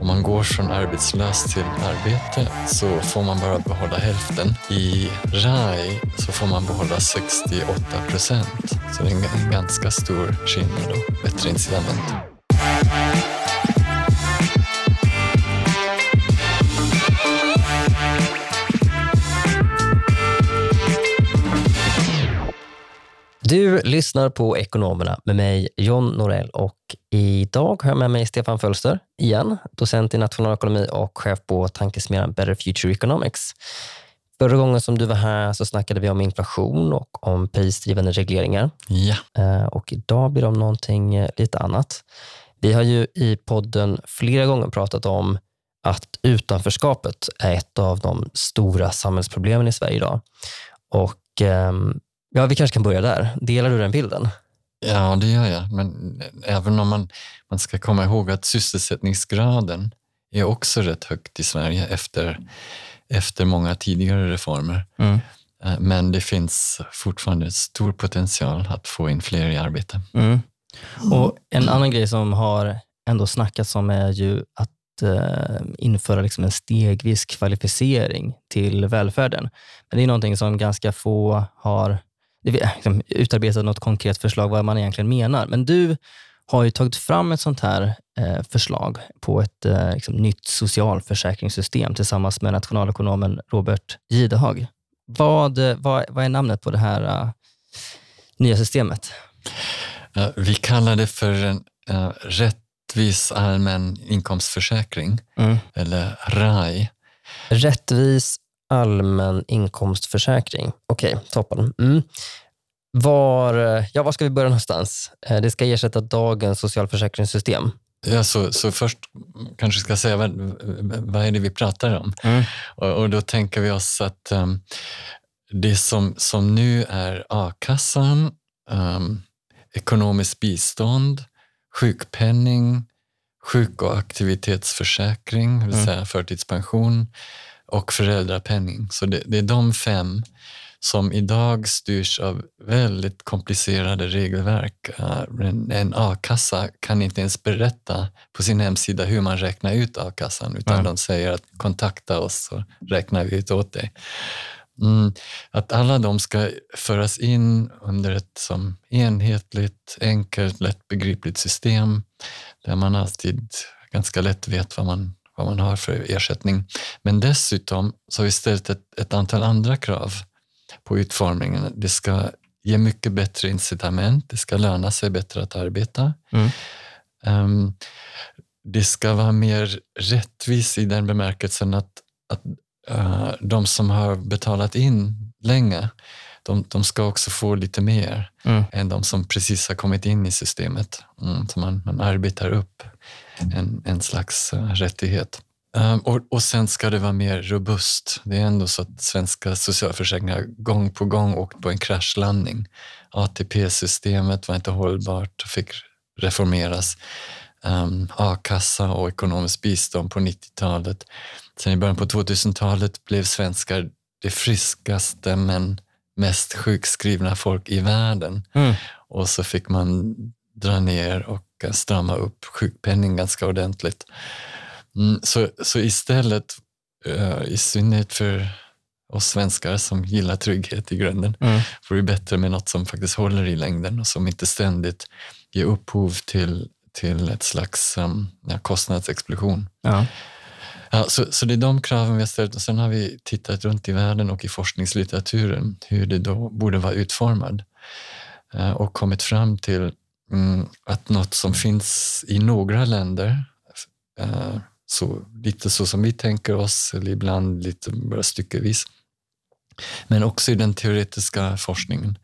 Om man går från arbetslös till arbete så får man bara behålla hälften. I RAI så får man behålla 68%. Så det är en ganska stor skillnad och bättre incitament. Du lyssnar på Ekonomerna med mig, John Norell, och idag har jag med mig Stefan Fölster igen, docent i nationalekonomi och chef på tankesmedjan Better Future Economics. Förra gången som du var här så snackade vi om inflation och om prisdrivande regleringar. Ja. Och idag blir det om någonting lite annat. Vi har ju i podden flera gånger pratat om att utanförskapet är ett av de stora samhällsproblemen i Sverige idag. Och ja, vi kanske kan börja där. Delar du den bilden? Ja, det gör jag. Men även om man ska komma ihåg att sysselsättningsgraden är också rätt högt i Sverige efter många tidigare reformer. Mm. Men det finns fortfarande stor potential att få in fler i arbete. Mm. Och en annan grej som har ändå snackats om är ju att införa liksom en stegvis kvalificering till välfärden. Men det är någonting som ganska få har liksom utarbetat något konkret förslag vad man egentligen menar. Men du har ju tagit fram ett sånt här förslag på ett liksom, nytt socialförsäkringssystem tillsammans med nationalekonomen Robert Gidehag. Vad är namnet på det här nya systemet? Vi kallar det för en rättvis allmän inkomstförsäkring, eller RAI. Rättvis allmän inkomstförsäkring. Okej, toppen. Var ska vi börja någonstans? Det ska ersätta dagens socialförsäkringssystem. Ja, så först kanske ska säga vad är det vi pratar om. Och då tänker vi oss att det som nu är a-kassan, ekonomiskt bistånd, sjukpenning, sjuk- och aktivitetsförsäkring, det vill säga förtidspension, och föräldrapenning. Så det är de 5 som idag styrs av väldigt komplicerade regelverk. En a-kassa kan inte ens berätta på sin hemsida hur man räknar ut a-kassan, utan de säger att kontakta oss så räknar vi ut åt dig. Att alla de ska föras in under ett som enhetligt, enkelt, lättbegripligt system där man alltid ganska lätt vet vad man har för ersättning. Men dessutom så har vi ställt ett antal andra krav på utformningen. Det ska ge mycket bättre incitament, det ska löna sig bättre att arbeta. Det ska vara mer rättvis i den bemärkelsen att de som har betalat in länge, de ska också få lite mer än de som precis har kommit in i systemet. Så man arbetar upp en slags rättighet. Och sen ska det vara mer robust. Det är ändå så att svenska socialförsäkringar gång på gång åkt på en kraschlandning. ATP-systemet var inte hållbart och fick reformeras. A-kassa och ekonomiskt bistånd på 90-talet. Sen i början på 2000-talet blev svenskar det friskaste men mest sjukskrivna folk i världen. Och så fick man dra ner och strama upp sjukpenning ganska ordentligt. Så istället, i synnerhet för oss svenskar som gillar trygghet i grunden, får det bättre med något som faktiskt håller i längden och som inte ständigt ger upphov till ett slags kostnadsexplosion. Ja, så det är de kraven vi har ställt, och sen har vi tittat runt i världen och i forskningslitteraturen hur det då borde vara utformad och kommit fram till att något som finns i några länder, lite så som vi tänker oss, eller ibland lite bara styckevis, men också i den teoretiska forskningen.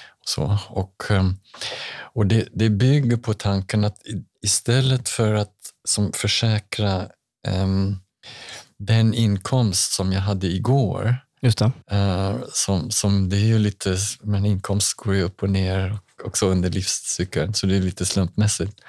Och det bygger på tanken att istället för att som försäkra den inkomst som jag hade igår, just det. Som det är ju lite, men inkomst går ju upp och ner också under livscykeln, så det är lite slumpmässigt.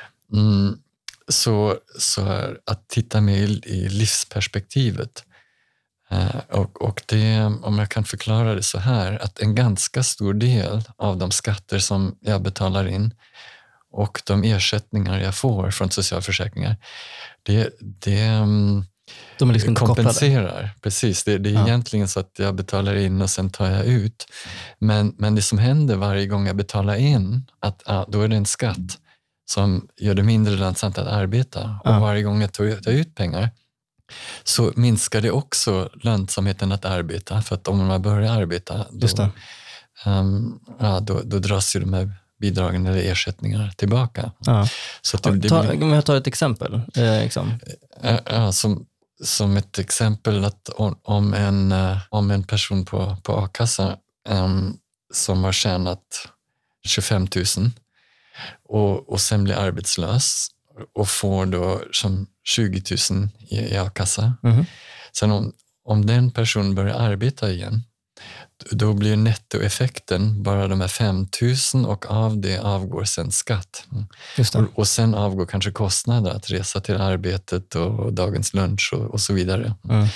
Så att titta med i livsperspektivet. Och det, om jag kan förklara det så här, att en ganska stor del av de skatter som jag betalar in och de ersättningar jag får från socialförsäkringar, De är liksom inte kompenserar. kopplade. Precis, det är egentligen så att jag betalar in och sen tar jag ut. Men det som händer varje gång jag betalar in, då är det en skatt som gör det mindre lönsamt att arbeta. Och varje gång jag tar ut pengar så minskar det också lönsamheten att arbeta. För att om man börjar arbeta, då dras ju de här bidragen eller ersättningar tillbaka. Så att om jag tar ett exempel. Som ett exempel att om en person på a-kassa som har tjänat 25 000 och sen blir arbetslös och får då som 20 000 i a-kassa. Sen om den personen börjar arbeta igen, då blir nettoeffekten bara de här 5 000 och av det avgår sen skatt. Och sen avgår kanske kostnader att resa till arbetet och dagens lunch och så vidare.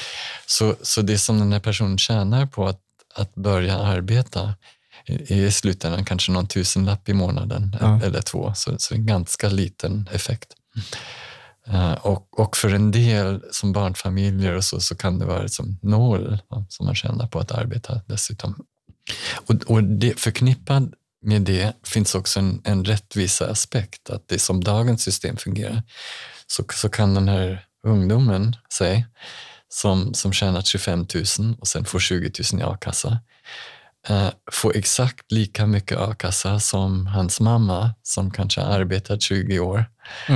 Så det som den här personen tjänar på att börja arbeta är i slutändan kanske någon tusenlapp i månaden eller 2. Så det är en ganska liten effekt. Och för en del som barnfamiljer och så kan det vara som 0 som man tjänar på att arbeta dessutom. Och det, förknippad med det finns också en rättvisa aspekt, att det som dagens system fungerar så kan den här ungdomen som tjänat 25 000 och sen får 20 000 i a-kassa få exakt lika mycket a-kassa som hans mamma som kanske har arbetat 20 år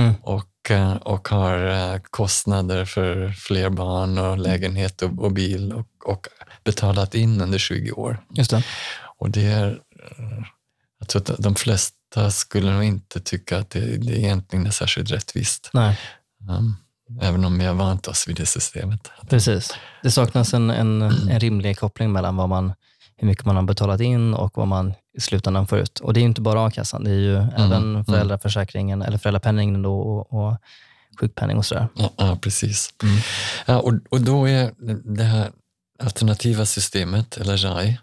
och har kostnader för fler barn och lägenhet och bil och betalat in under 20 år. Just det. Och det är, jag tror att de flesta skulle nog inte tycka att det egentligen är särskilt rättvist. Nej. Även om vi har vant oss vid det systemet. Precis. Det saknas en rimlig koppling mellan hur mycket man har betalat in och vad man i slutändan får ut. Och det är inte bara a-kassan, det är ju även föräldraförsäkringen eller föräldrapenningen då och sjukpenning och sådär. Ja, precis. Ja, och då är det här alternativa systemet, eller RAI,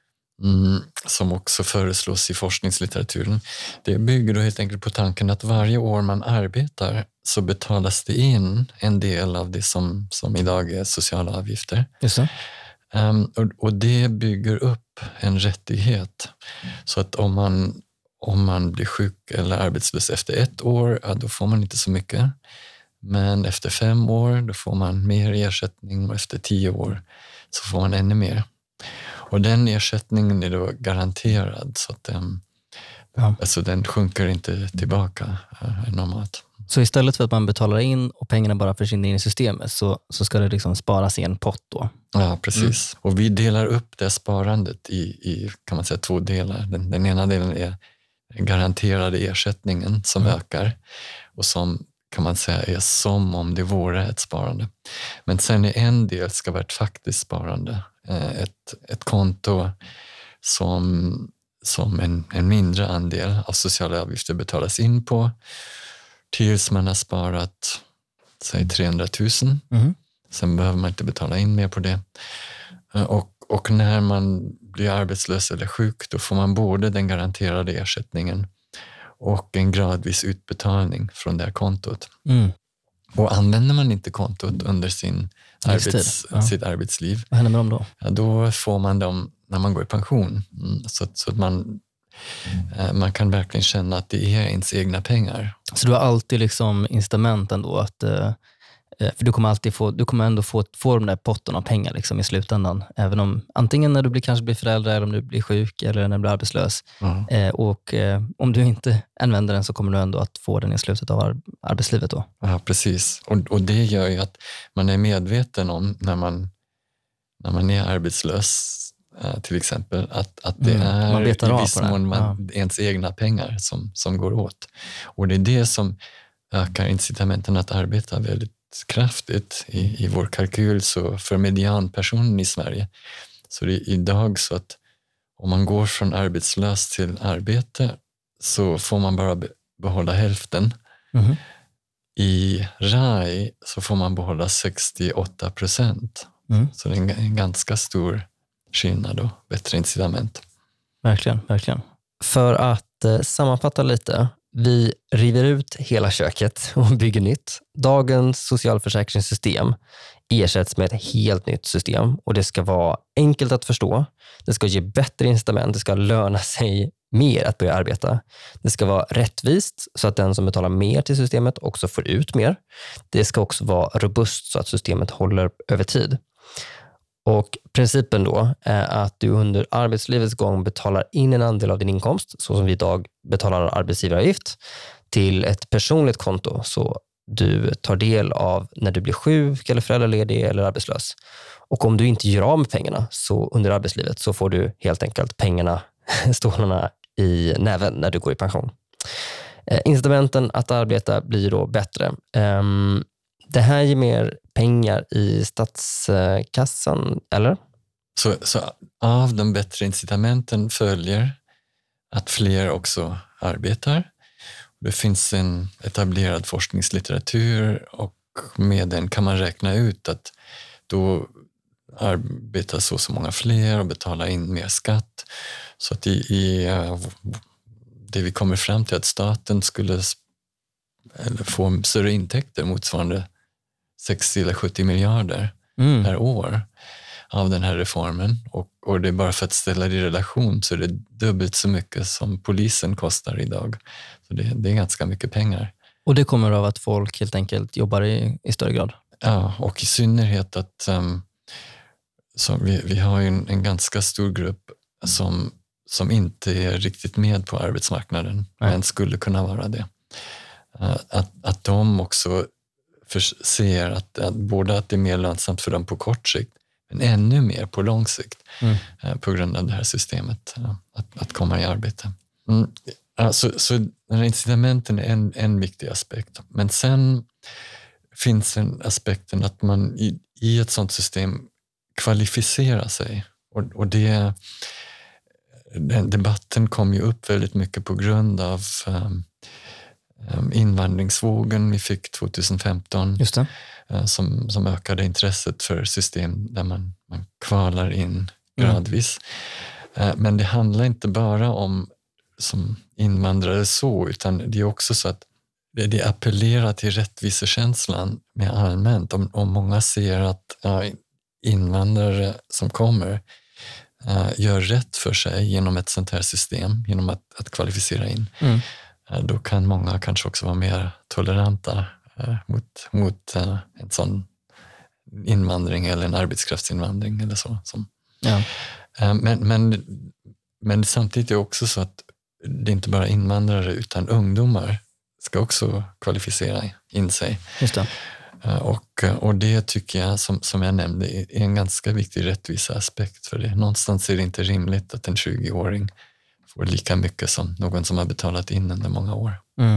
som också föreslås i forskningslitteraturen, det bygger då helt enkelt på tanken att varje år man arbetar så betalas det in en del av det som idag är sociala avgifter. Just det. Och det bygger upp en rättighet. Så att om man blir sjuk eller arbetslös efter 1 år, då får man inte så mycket. Men efter 5 år, då får man mer ersättning och efter 10 år så får man ännu mer. Och den ersättningen är då garanterad så att alltså den sjunker inte tillbaka normalt. Så istället för att man betalar in och pengarna bara försvinner in i systemet så ska det liksom sparas i en pott då? Ja, precis. Och vi delar upp det sparandet i kan man säga 2 delar. Den ena delen är den garanterade ersättningen som ökar och som kan man säga är som om det vore ett sparande. Men sen är en del ska vara ett faktiskt sparande. Ett konto som en mindre andel av sociala avgifter betalas in på tills man har sparat säg 300 000. Sen behöver man inte betala in mer på det. Och när man blir arbetslös eller sjuk, då får man både den garanterade ersättningen och en gradvis utbetalning från det här kontot. Och använder man inte kontot under sitt arbetsliv, vad händer med dem då? Ja, då får man dem när man går i pension. Så att man kan verkligen känna att det är ens egna pengar. Så du har alltid liksom incitamenten då att för du kommer ändå få de där potten av pengar liksom i slutändan, även om antingen när du kanske blir förälder eller om du blir sjuk eller när du blir arbetslös. Och om du inte använder den så kommer du ändå att få den i slutet av arbetslivet då. Ja, precis. Och det gör ju att man är medveten om när man är arbetslös till exempel att det är i viss mån ens egna pengar som går åt. Och det är det som ökar incitamenten att arbeta väldigt kraftigt i vår kalkyl. Så för medianpersonen i Sverige så det är idag så att om man går från arbetslös till arbete så får man bara behålla hälften. I RAI så får man behålla 68%. Så det är en ganska stor skillnad och bättre incitament. Verkligen, verkligen. För att sammanfatta lite Vi river ut hela köket och bygger nytt. Dagens socialförsäkringssystem ersätts med ett helt nytt system och det ska vara enkelt att förstå. Det ska ge bättre incitament. Det ska löna sig mer att börja arbeta. Det ska vara rättvist så att den som betalar mer till systemet också får ut mer. Det ska också vara robust så att systemet håller över tid. Och principen då är att du under arbetslivets gång betalar in en andel av din inkomst, så som vi idag betalar arbetsgivaravgift, till ett personligt konto så du tar del av när du blir sjuk eller föräldraledig eller arbetslös. Och om du inte gör av med pengarna så under arbetslivet så får du helt enkelt pengarna stålarna i näven när du går i pension. Incitamenten att arbeta blir då bättre. Det här ger mer pengar i statskassan, eller? Så av de bättre incitamenten följer att fler också arbetar. Det finns en etablerad forskningslitteratur och med den kan man räkna ut att då arbetar så många fler och betalar in mer skatt. Så att det vi kommer fram till att staten skulle få större intäkter motsvarande 60 eller 70 miljarder per år av den här reformen. Och det är bara för att ställa det i relation så är det dubbelt så mycket som polisen kostar idag. Så det är ganska mycket pengar. Och det kommer av att folk helt enkelt jobbar i större grad? Ja, och i synnerhet att så vi har ju en ganska stor grupp som inte är riktigt med på arbetsmarknaden, men skulle kunna vara det. Att de också ser att både att det är mer lönsamt för dem på kort sikt, men ännu mer på lång sikt på grund av det här systemet att komma i arbete. Så den här incitamenten är en viktig aspekt. Men sen finns en aspekten att man i ett sådant system kvalificerar sig. Och den debatten kom ju upp väldigt mycket på grund av invandringsvågen vi fick 2015. Just det. Som ökade intresset för system där man kvalar in gradvis. Men det handlar inte bara om som invandrare så, utan det är också så att det appellerar till rättvisekänslan med allmänt. Om många ser att invandrare som kommer gör rätt för sig genom ett sånt här system, genom att kvalificera in, då kan många kanske också vara mer toleranta mot en sån invandring eller en arbetskraftsinvandring eller så. Ja. Men samtidigt är det också så att det är inte bara invandrare utan ungdomar ska också kvalificera in sig. Just det. Och det tycker jag, som jag nämnde, är en ganska viktig rättviseaspekt för det. Någonstans är det inte rimligt att en 20-åring får lika mycket som någon som har betalat in under många år.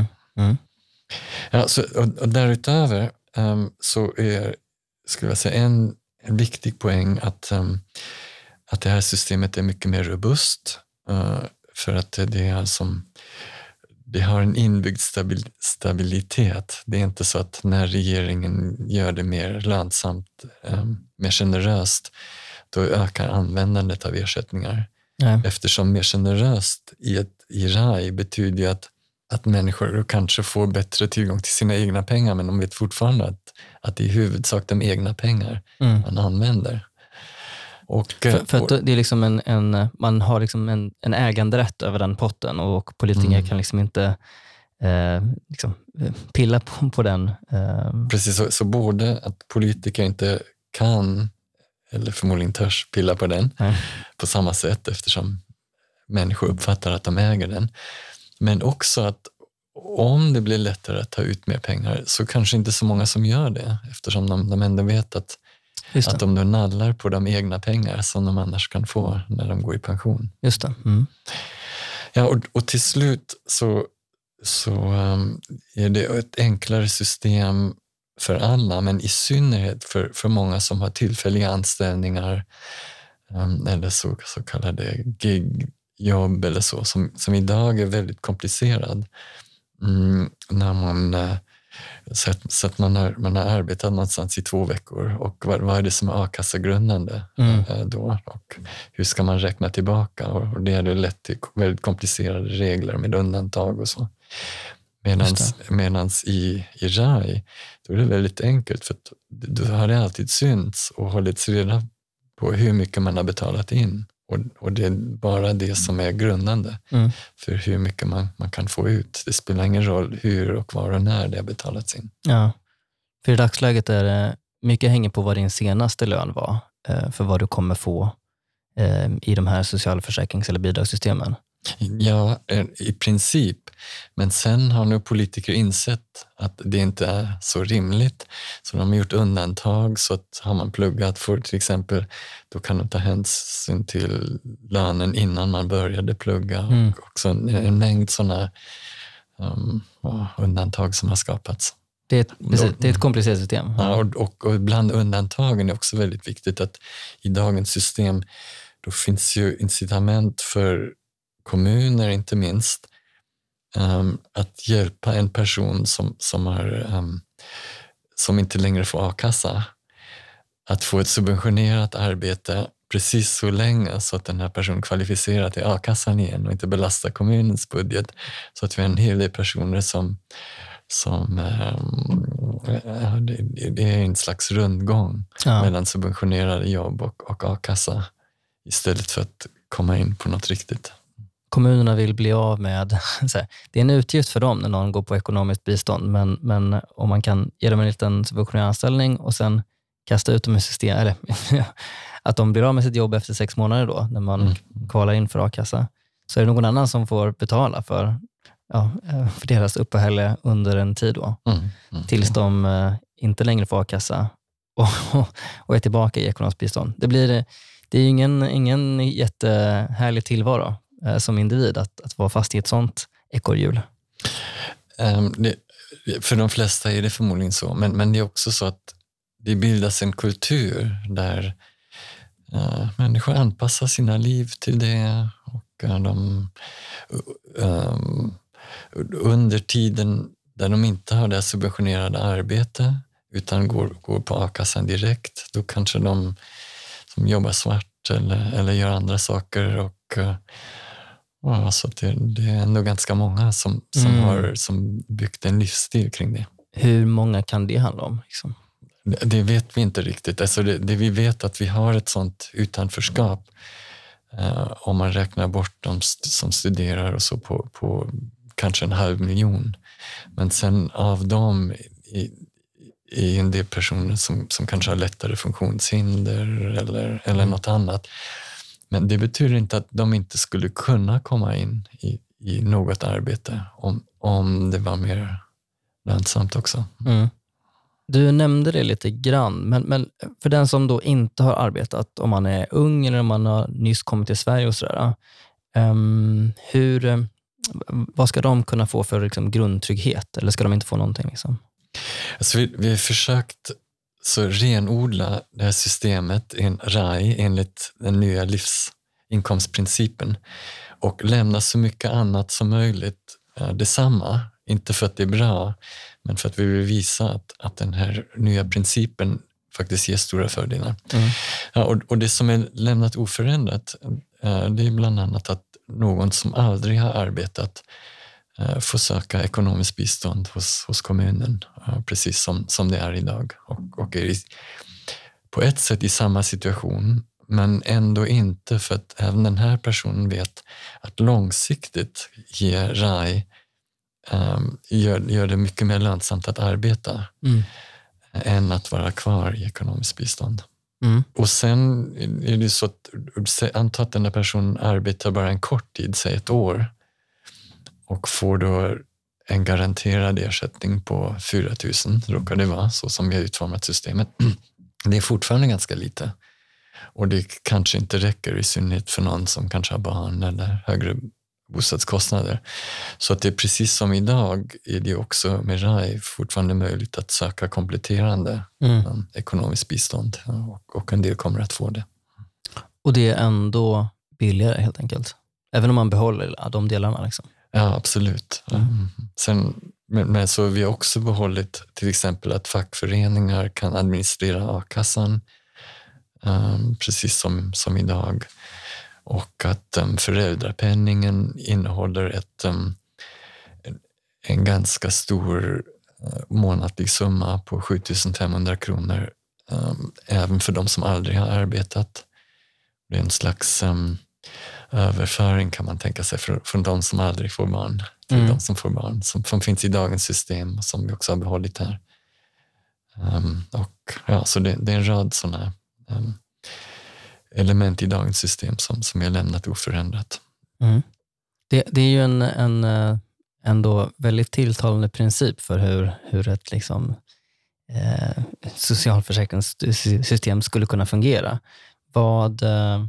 Ja, och därutöver så skulle jag säga en viktig poäng att det här systemet är mycket mer robust för att det har en inbyggd stabilitet. Det är inte så att när regeringen gör det mer lönsamt, mer generöst, då ökar användandet av ersättningar. Nej. Eftersom mer generöst i RAI betyder ju att människor kanske får bättre tillgång till sina egna pengar, men de vet fortfarande att det är i huvudsak de egna pengar man använder. För att det är liksom man har liksom en äganderätt över den potten och politiker kan liksom inte pilla på den. Precis, så både att politiker inte kan eller förmodligen törs pilla på den på samma sätt eftersom människor uppfattar att de äger den. Men också att om det blir lättare att ta ut mer pengar så kanske inte så många som gör det eftersom de ändå vet att de då nallar på de egna pengar som de annars kan få när de går i pension. Just det. Ja, och till slut så är det ett enklare system för alla, men i synnerhet för många som har tillfälliga anställningar eller så kallade gigjobb eller så, som idag är väldigt komplicerad när man Så att man har arbetat någonstans i 2 veckor och vad är det som är a-kassagrundande då? Och hur ska man räkna tillbaka? Och det hade lett till väldigt komplicerade regler med undantag och så. Medans i RAI, då är det väldigt enkelt för att då har det alltid synts och hållits reda på hur mycket man har betalat in. Och det är bara det som är grundande för hur mycket man kan få ut. Det spelar ingen roll hur och var och när det har betalats in. Ja, för i dagsläget är det mycket hänger på vad din senaste lön var för vad du kommer få i de här socialförsäkrings- eller bidragssystemen. Ja, i princip. Men sen har nu politiker insett att det inte är så rimligt. Så de har gjort undantag, så att har man pluggat för till exempel, då kan de ta hänsyn till lönen innan man började plugga. Och också en mängd sådana undantag som har skapats. Det är ett komplicerat system. Ja, och bland undantagen är också väldigt viktigt att i dagens system då finns ju incitament för kommuner inte minst att hjälpa en person som inte längre får a-kassa att få ett subventionerat arbete precis så länge så att den här personen kvalificerar till a-kassan igen och inte belastar kommunens budget, så att vi har en hel del personer som det är en slags rundgång mellan subventionerade jobb och a-kassa istället för att komma in på något riktigt. Kommunerna vill bli av med, det är en utgift för dem när någon går på ekonomiskt bistånd, men om man kan ge dem en liten subventionerad anställning och sen kasta ut dem i system, eller att de blir av med sitt jobb efter 6 månader då, när man kvalar in för a-kassa, så är det någon annan som får betala för deras uppehälle under en tid då, tills de inte längre får a-kassa och är tillbaka i ekonomiskt bistånd. Det är ju ingen jättehärlig tillvaro som individ att vara fast i ett sånt ekorrhjul. För de flesta är det förmodligen så, men det är också så att det bildas en kultur där människor anpassar sina liv till det, och under tiden där de inte har det subventionerade arbete utan går på a-kassan direkt, då kanske de som jobbar svart eller gör andra saker, och så det är ändå ganska många som har byggt en livsstil kring det. Hur många kan det handla om? Liksom? Det vet vi inte riktigt. Alltså det vi vet att vi har ett sånt utanförskap om man räknar bort de som studerar och så på kanske 500 000. Men sen av dem är en del personer som kanske har lättare funktionshinder eller något annat. Men det betyder inte att de inte skulle kunna komma in i något arbete om det var mer lönsamt också. Du nämnde det lite grann, men för den som då inte har arbetat, om man är ung eller om man har nyss kommit till Sverige och sådär, vad ska de kunna få för liksom grundtrygghet, eller ska de inte få någonting? Liksom? Alltså vi har försökt så renodla det här systemet i en RAI enligt den nya livsinkomstprincipen och lämna så mycket annat som möjligt detsamma. Inte för att det är bra, men för att vi vill visa att den här nya principen faktiskt ger stora fördelar. Och det som är lämnat oförändrat, det är bland annat att någon som aldrig har arbetat får söka ekonomiskt bistånd hos kommunen, precis som det är idag. Och är på ett sätt i samma situation, men ändå inte, för att även den här personen vet att långsiktigt ger RAI gör det mycket mer lönsamt att arbeta än att vara kvar i ekonomiskt bistånd. Och sen är det så att anta att den här personen arbetar bara en kort tid, säg 1 år, och får då en garanterad ersättning på 4 000, råkar det vara, så som vi har utformat systemet. Det är fortfarande ganska lite. Och det kanske inte räcker, i synnerhet för någon som kanske har barn eller högre bostadskostnader. Så att det är precis som idag, är det också med RAI fortfarande möjligt att söka kompletterande ekonomiskt bistånd, och en del kommer att få det. Och det är ändå billigare helt enkelt? Även om man behåller de delarna liksom? Ja, absolut. Sen Men så vi har också behållit till exempel att fackföreningar kan administrera a-kassan precis som idag. Och att föräldrapenningen innehåller en ganska stor månatlig summa på 7 500 kronor även för de som aldrig har arbetat. Det är en slags överföring kan man tänka sig från de som aldrig får barn till de som får barn, som finns i dagens system och som vi också har behållit här. Så det är en rad sådana element i dagens system som är lämnat oförändrat. Mm. Det är ju en ändå väldigt tilltalande princip för hur ett liksom, socialförsäkringssystem skulle kunna fungera. Vad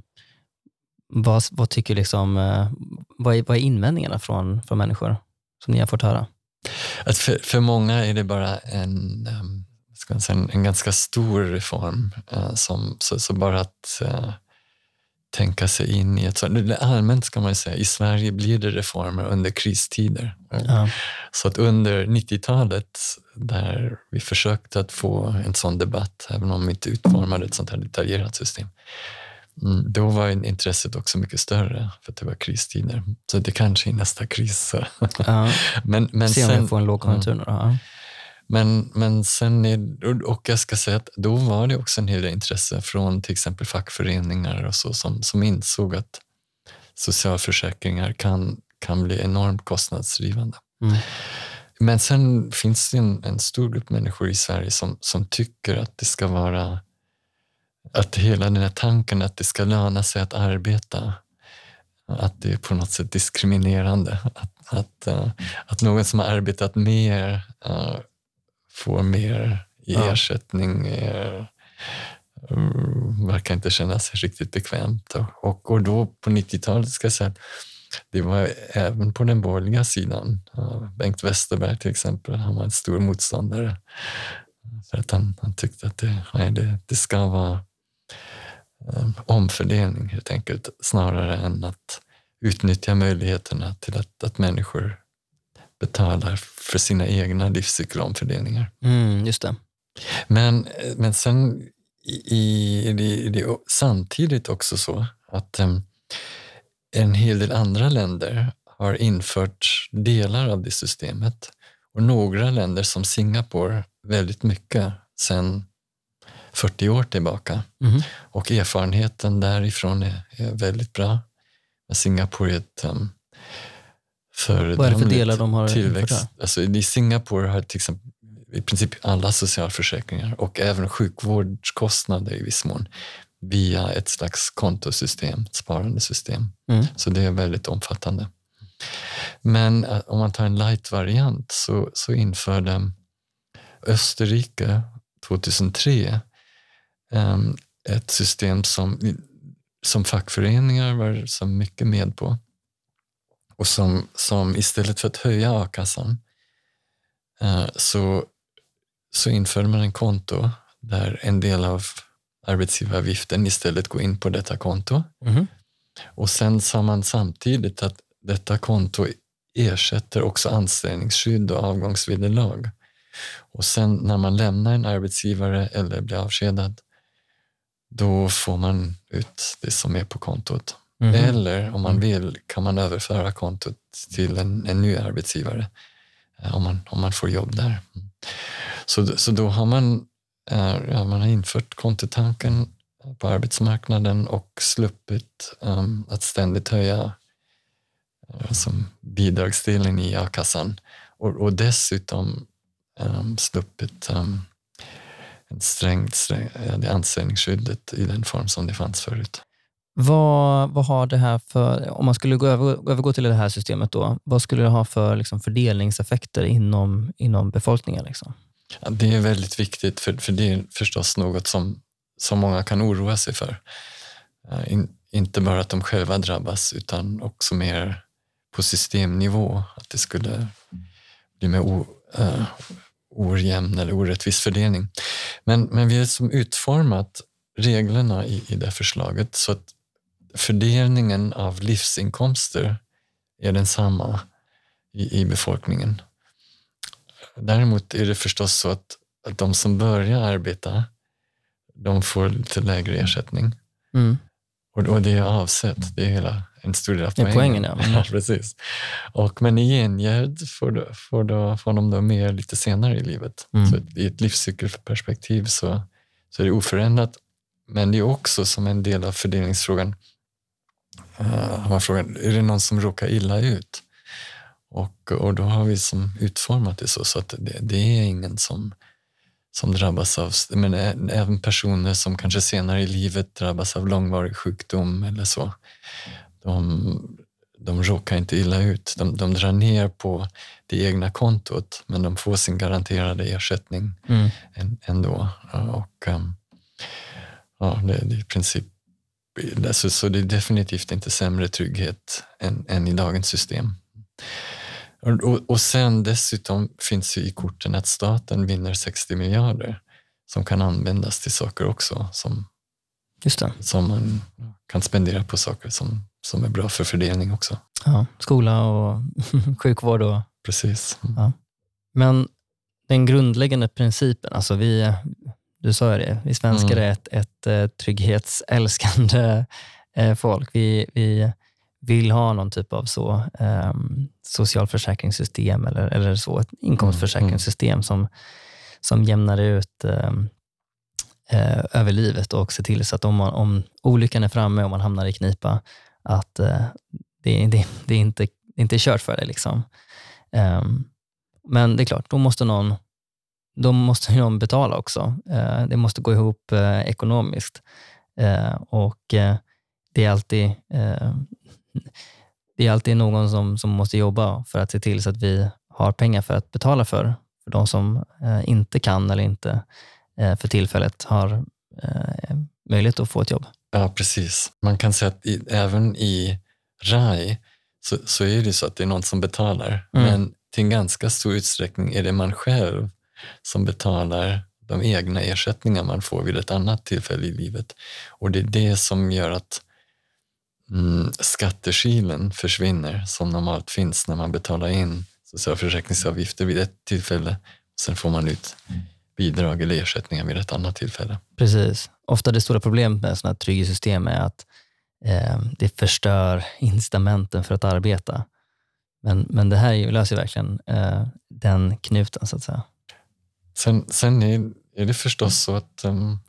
tycker liksom, vad är invändningarna från människor som ni har fått höra? Att för många är det bara en ganska stor reform så bara att tänka sig in i ett sådant. Allmänt ska man säga, i Sverige blir det reformer under kristider. Ja. Så att under 90-talet där vi försökte att få en sån debatt, även om vi inte utformade ett sånt här detaljerat system, då var intresset också mycket större för att det var kristider. Så det kanske är nästa kris. Ja. Men se om vi får en lågkonjunktur nu då. Ja. Men sen och jag ska säga att då var det också en hel del intresse från till exempel fackföreningar och så som insåg att socialförsäkringar kan bli enormt kostnadsdrivande. Men sen finns det en stor grupp människor i Sverige som tycker att det ska vara, att hela den här tanken att det ska löna sig att arbeta, att det är på något sätt diskriminerande. Att någon som har arbetat mer får mer i ersättning verkar inte kännas riktigt bekvämt. Och då på 90-talet ska jag säga att det var även på den borgerliga sidan. Bengt Westerberg till exempel, han var en stor motståndare. För att han tyckte att det ska vara omfördelning helt enkelt, snarare än att utnyttja möjligheterna till att människor betalar för sina egna livscykelomfördelningar. Just det. Men sen är det samtidigt också så att en hel del andra länder har infört delar av det systemet, och några länder som Singapore väldigt mycket sedan 40 år tillbaka. Och erfarenheten därifrån är väldigt bra. Singapore är ett föredömligt. Vad är det för delar de har tillväxt? Alltså, i Singapore har till exempel i princip alla socialförsäkringar och även sjukvårdskostnader i viss mån via ett slags kontosystem, ett sparandesystem. Så det är väldigt omfattande. Men om man tar en light-variant så införde Österrike 2003 ett system som fackföreningar var så mycket med på, och som istället för att höja a-kassan så införde man en konto där en del av arbetsgivaravgiften istället går in på detta konto. Och sen sa man samtidigt att detta konto ersätter också anställningsskydd och avgångsvederlag. Och sen när man lämnar en arbetsgivare eller blir avskedad, då får man ut det som är på kontot. Eller om man vill kan man överföra kontot till en ny arbetsgivare om man får jobb där. Så då har man har infört kontotanken på arbetsmarknaden och sluppit att ständigt höja bidragsdelen i a-kassan, och dessutom sluppit det anställningsskyddet i den form som det fanns förut. Vad har det här för, om man skulle övergå till det här systemet då, vad skulle det ha för liksom fördelningseffekter inom befolkningen? Liksom? Ja, det är väldigt viktigt, för det är förstås något som många kan oroa sig för. Inte bara att de själva drabbas, utan också mer på systemnivå, att det skulle bli mer ojämn eller orättvis fördelning. Men vi har som utformat reglerna i det förslaget så att fördelningen av livsinkomster är densamma i befolkningen. däremot är det förstås så att de som börjar arbeta, de får lite lägre ersättning. Och det är avsett, det är hela en stor del av poängen. Ja, precis. Men i gengäld får de då mer lite senare i livet. Så i ett livscykelperspektiv så är det oförändrat. Men det är också som en del av fördelningsfrågan. Man frågar, är det någon som råkar illa ut? Och då har vi utformat det så att det är ingen som drabbas av, men även personer som kanske senare i livet drabbas av långvarig sjukdom eller så. De råkar inte illa ut. De drar ner på det egna kontot, men de får sin garanterade ersättning ändå. Det är i princip så det är definitivt inte sämre trygghet än i dagens system. Och sen dessutom finns ju i korten att staten vinner 60 miljarder som kan användas till saker också som man kan spendera på saker som är bra för fördelning också. Ja, skola och sjukvård. Precis. Ja. Men den grundläggande principen, alltså du sa ju det, vi svenskar är ett trygghetsälskande folk. Vi vill ha någon typ av socialförsäkringssystem eller så, ett inkomstförsäkringssystem som jämnar ut över livet och ser till så att om olyckan är framme och man hamnar i knipa, att det är inte kört för det liksom. Men det är klart, då måste någon betala också. Det måste gå ihop ekonomiskt. Och det är alltid någon som måste jobba för att se till så att vi har pengar för att betala för de som inte kan eller inte för tillfället har möjlighet att få ett jobb. Ja, precis. Man kan säga att även i RAI så är det så att det är någon som betalar. Men till en ganska stor utsträckning är det man själv som betalar de egna ersättningar man får vid ett annat tillfälle i livet. Och det är det som gör att skattekilen försvinner som normalt finns när man betalar in socialförsäkringsavgifter vid ett tillfälle. Sen får man ut bidrag eller ersättningar vid ett annat tillfälle. Precis. Ofta det stora problemet med sådana här trygghetssystem är att det förstör incitamenten för att arbeta. Men det här löser verkligen den knuten så att säga. Sen är det förstås så att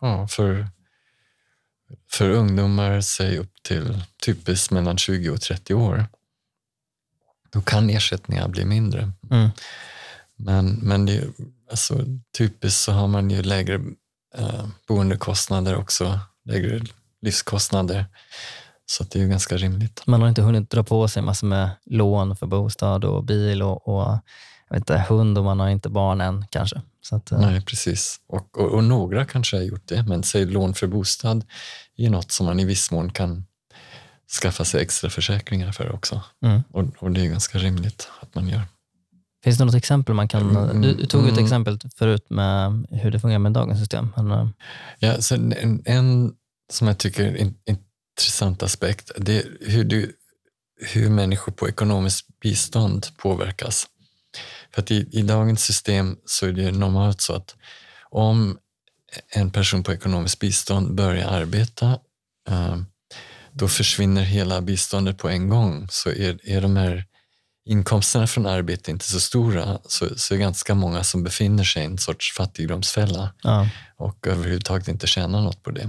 för ungdomar, säg upp till typiskt mellan 20 och 30 år, då kan ersättningar bli mindre. Men det, alltså, typiskt så har man ju lägre boendekostnader också, lägre livskostnader. Så att det är ju ganska rimligt. Man har inte hunnit dra på sig massor med lån för bostad och bil och jag vet inte, hund, och man har inte barn än kanske. Så att, nej, precis. Och några kanske har gjort det, men säg lån för bostad är något som man i viss mån kan skaffa sig extra försäkringar för också. Och det är ganska rimligt att man gör. Finns det något exempel man kan... Du tog ett exempel förut med hur det fungerar med dagens system. Ja, så en som jag tycker är en intressant aspekt, det är hur människor på ekonomiskt bistånd påverkas. För att i dagens system så är det normalt så att om en person på ekonomiskt bistånd börjar arbeta, då försvinner hela biståndet på en gång. Så är de här inkomsterna från arbete inte så stora, så är ganska många som befinner sig i en sorts fattigdomsfälla och överhuvudtaget inte tjänar något på det.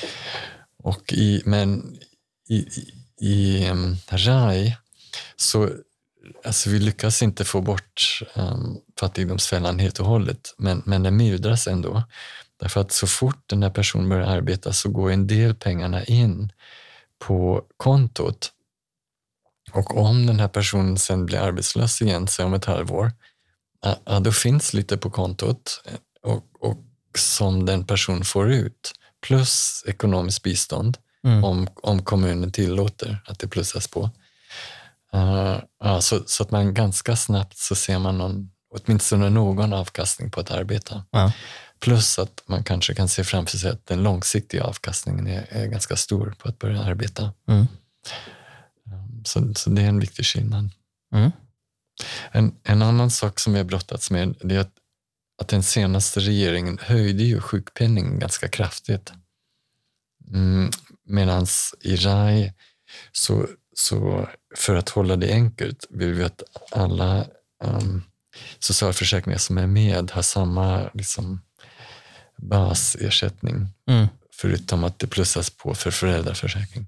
Men i RAI så alltså vi lyckas inte få bort fattigdomsfällan helt och hållet, men den mildras ändå. Därför att så fort den här personen börjar arbeta så går en del pengarna in på kontot. Och om den här personen sen blir arbetslös igen, så om ett halvår, då finns lite på kontot och som den personen får ut, plus ekonomiskt bistånd, om kommunen tillåter att det plussas på. Så att man ganska snabbt så ser man åtminstone någon avkastning på att arbeta. Plus att man kanske kan se framför sig att den långsiktiga avkastningen är ganska stor på att börja arbeta. Så det är en viktig skillnad. En annan sak som vi har brottats med, det är att den senaste regeringen höjde ju sjukpenningen ganska kraftigt. Medan i RAI så för att hålla det enkelt vill vi att alla socialförsäkringar som är med har samma liksom, basersättning, förutom att det plussas på för föräldraförsäkring.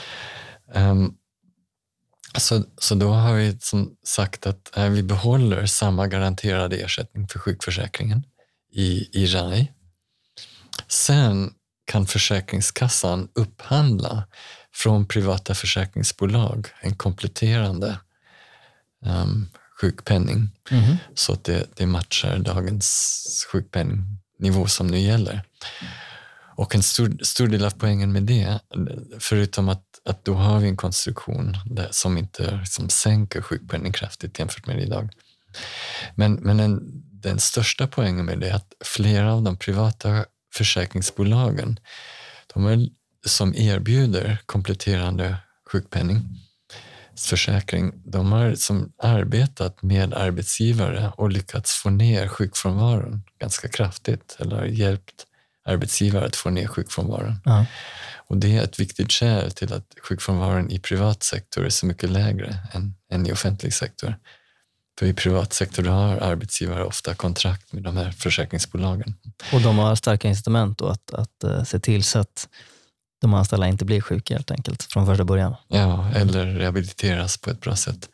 Så då har vi sagt att vi behåller samma garanterade ersättning för sjukförsäkringen i RAI. Sen kan Försäkringskassan upphandla från privata försäkringsbolag en kompletterande sjukpenning så att det matchar dagens sjukpenningnivå som nu gäller. Och en stor del av poängen med det, förutom att då har vi en konstruktion som inte som sänker sjukpenning kraftigt jämfört med idag. Men den största poängen med det är att flera av de privata försäkringsbolagen som erbjuder kompletterande sjukpenningförsäkring, de har arbetat med arbetsgivare och lyckats få ner sjukfrånvaron ganska kraftigt, eller har hjälpt arbetsgivare att få ner sjukfrånvaron. Ja. Och det är ett viktigt skäl till att sjukfrånvaron i privat sektor är så mycket lägre än i offentlig sektor. För i privat sektor har arbetsgivare ofta kontrakt med de här försäkringsbolagen. Och de har starka incitament då att se till så att de anställda inte blir sjuka helt enkelt från första början. Ja, eller rehabiliteras på ett bra sätt.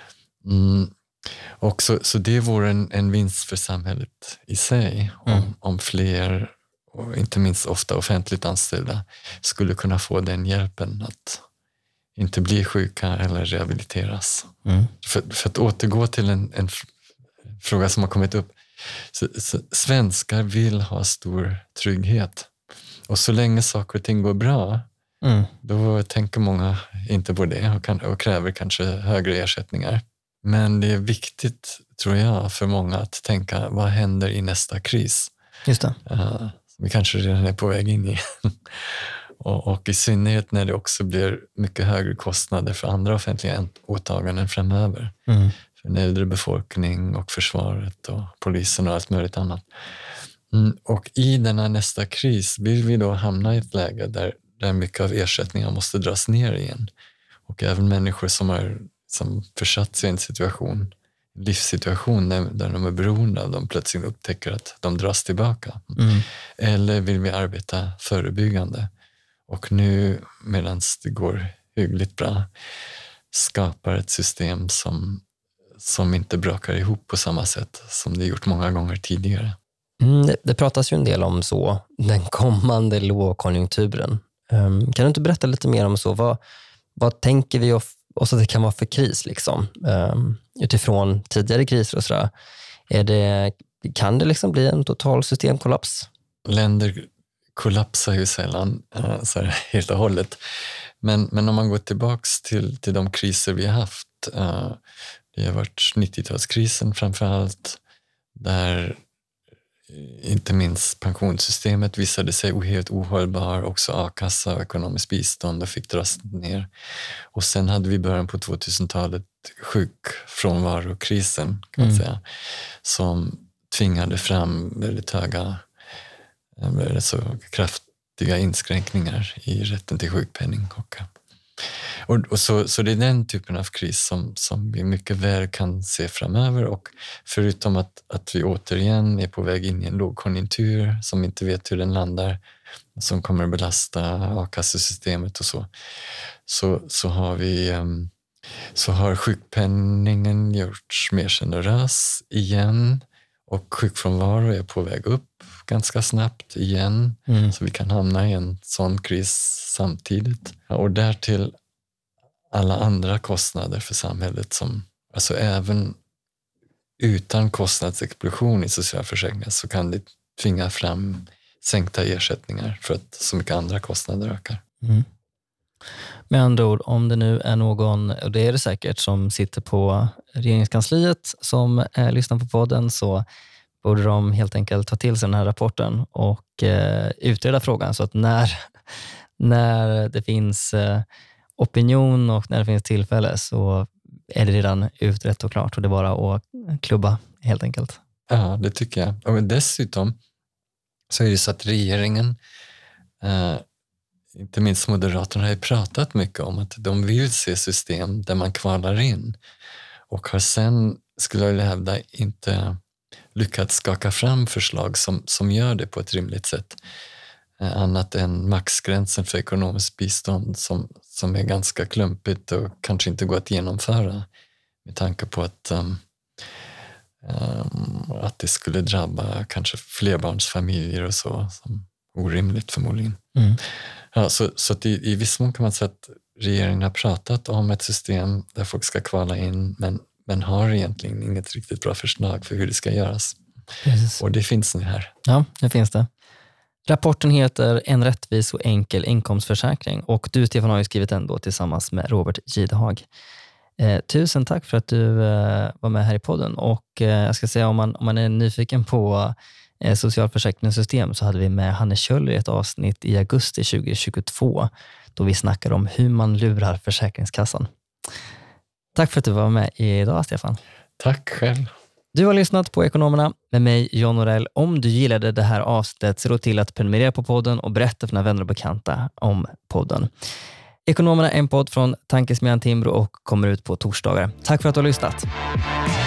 Och så det vore en vinst för samhället i sig om fler, och inte minst ofta offentligt anställda, skulle kunna få den hjälpen att inte bli sjuka eller rehabiliteras. För att återgå till en fråga som har kommit upp. Så svenskar vill ha stor trygghet. Och så länge saker och ting går bra, då tänker många inte på det och kräver kanske högre ersättningar. Men det är viktigt, tror jag, för många att tänka, vad händer i nästa kris? Just det. Vi kanske redan är på väg in i. Och i synnerhet när det också blir mycket högre kostnader för andra offentliga åtaganden framöver. För en äldre befolkning och försvaret och polisen och allt möjligt annat. Och i denna nästa kris vill vi då hamna i ett läge där mycket av ersättningar måste dras ner igen. Och även människor som försatt sig i en livssituation där de är beroende av dem plötsligt upptäcker att de dras tillbaka. Eller vill vi arbeta förebyggande? Och nu, medan det går hyggligt bra, skapar ett system som inte brakar ihop på samma sätt som det gjort många gånger tidigare. Det pratas ju en del om den kommande lågkonjunkturen. Kan du inte berätta lite mer om vad tänker vi oss att det kan vara för kris liksom? Utifrån tidigare kriser och sådär. Kan det liksom bli en total systemkollaps? Länder kollapsar ju sällan så här, helt och hållet. Men om man går tillbaks till de kriser vi har haft. Det har varit 90-talskrisen framförallt, där inte minst pensionssystemet visade sig helt ohållbar, också a-kassa och ekonomiskt bistånd och fick dras ner. Och sen hade vi början på 2000-talet sjukfrånvarokrisen, kan man säga, som tvingade fram väldigt höga, så kraftiga inskränkningar i rätten till sjukpenning. Och så det är den typen av kris som vi mycket väl kan se framöver, och förutom att vi återigen är på väg in i en lågkonjunktur som inte vet hur den landar, som kommer att belasta a-kassesystemet och så har sjukpenningen gjorts mer generös igen, och sjukfrånvaro är på väg upp ganska snabbt igen, så vi kan hamna i en sån kris samtidigt. Och därtill alla andra kostnader för samhället, som alltså även utan kostnadsexplosion i socialförsäkringar så kan det tvinga fram sänkta ersättningar för att så mycket andra kostnader ökar. Med andra ord, om det nu är någon, och det är det säkert, som sitter på regeringskansliet som lyssnar på podden, så borde de helt enkelt ta till sig den här rapporten och utreda frågan, så att när det finns opinion och när det finns tillfälle, så är det redan utrett och klart och det är bara att klubba helt enkelt. Ja, det tycker jag. Och dessutom så är det så att regeringen, inte minst Moderaterna, har pratat mycket om att de vill se system där man kvalar in och har sen, skulle jag hävda, inte lyckats skaka fram förslag som gör det på ett rimligt sätt. Annat än maxgränsen för ekonomiskt bistånd som är ganska klumpigt och kanske inte går att genomföra med tanke på att det skulle drabba kanske flerbarnsfamiljer och så, som orimligt förmodligen. Ja, så att i viss mån kan man säga att regeringen har pratat om ett system där folk ska kvala in men har egentligen inget riktigt bra förslag för hur det ska göras. Precis. Och det finns nu här. Ja, det finns det. Rapporten heter En rättvis och enkel inkomstförsäkring och du, Stefan, har ju skrivit den då tillsammans med Robert Gidehag. Tusen tack för att du var med här i podden och jag ska säga om man är nyfiken på socialförsäkringssystem så hade vi med Hanne Kjöller i ett avsnitt i augusti 2022 då vi snackade om hur man lurar Försäkringskassan. Tack för att du var med idag, Stefan. Tack själv. Du har lyssnat på Ekonomerna med mig, John Norell. Om du gillade det här avsnittet, se då till att prenumerera på podden och berätta för dina vänner och bekanta om podden. Ekonomerna är en podd från Tankesmedjan Timbro och kommer ut på torsdagar. Tack för att du har lyssnat.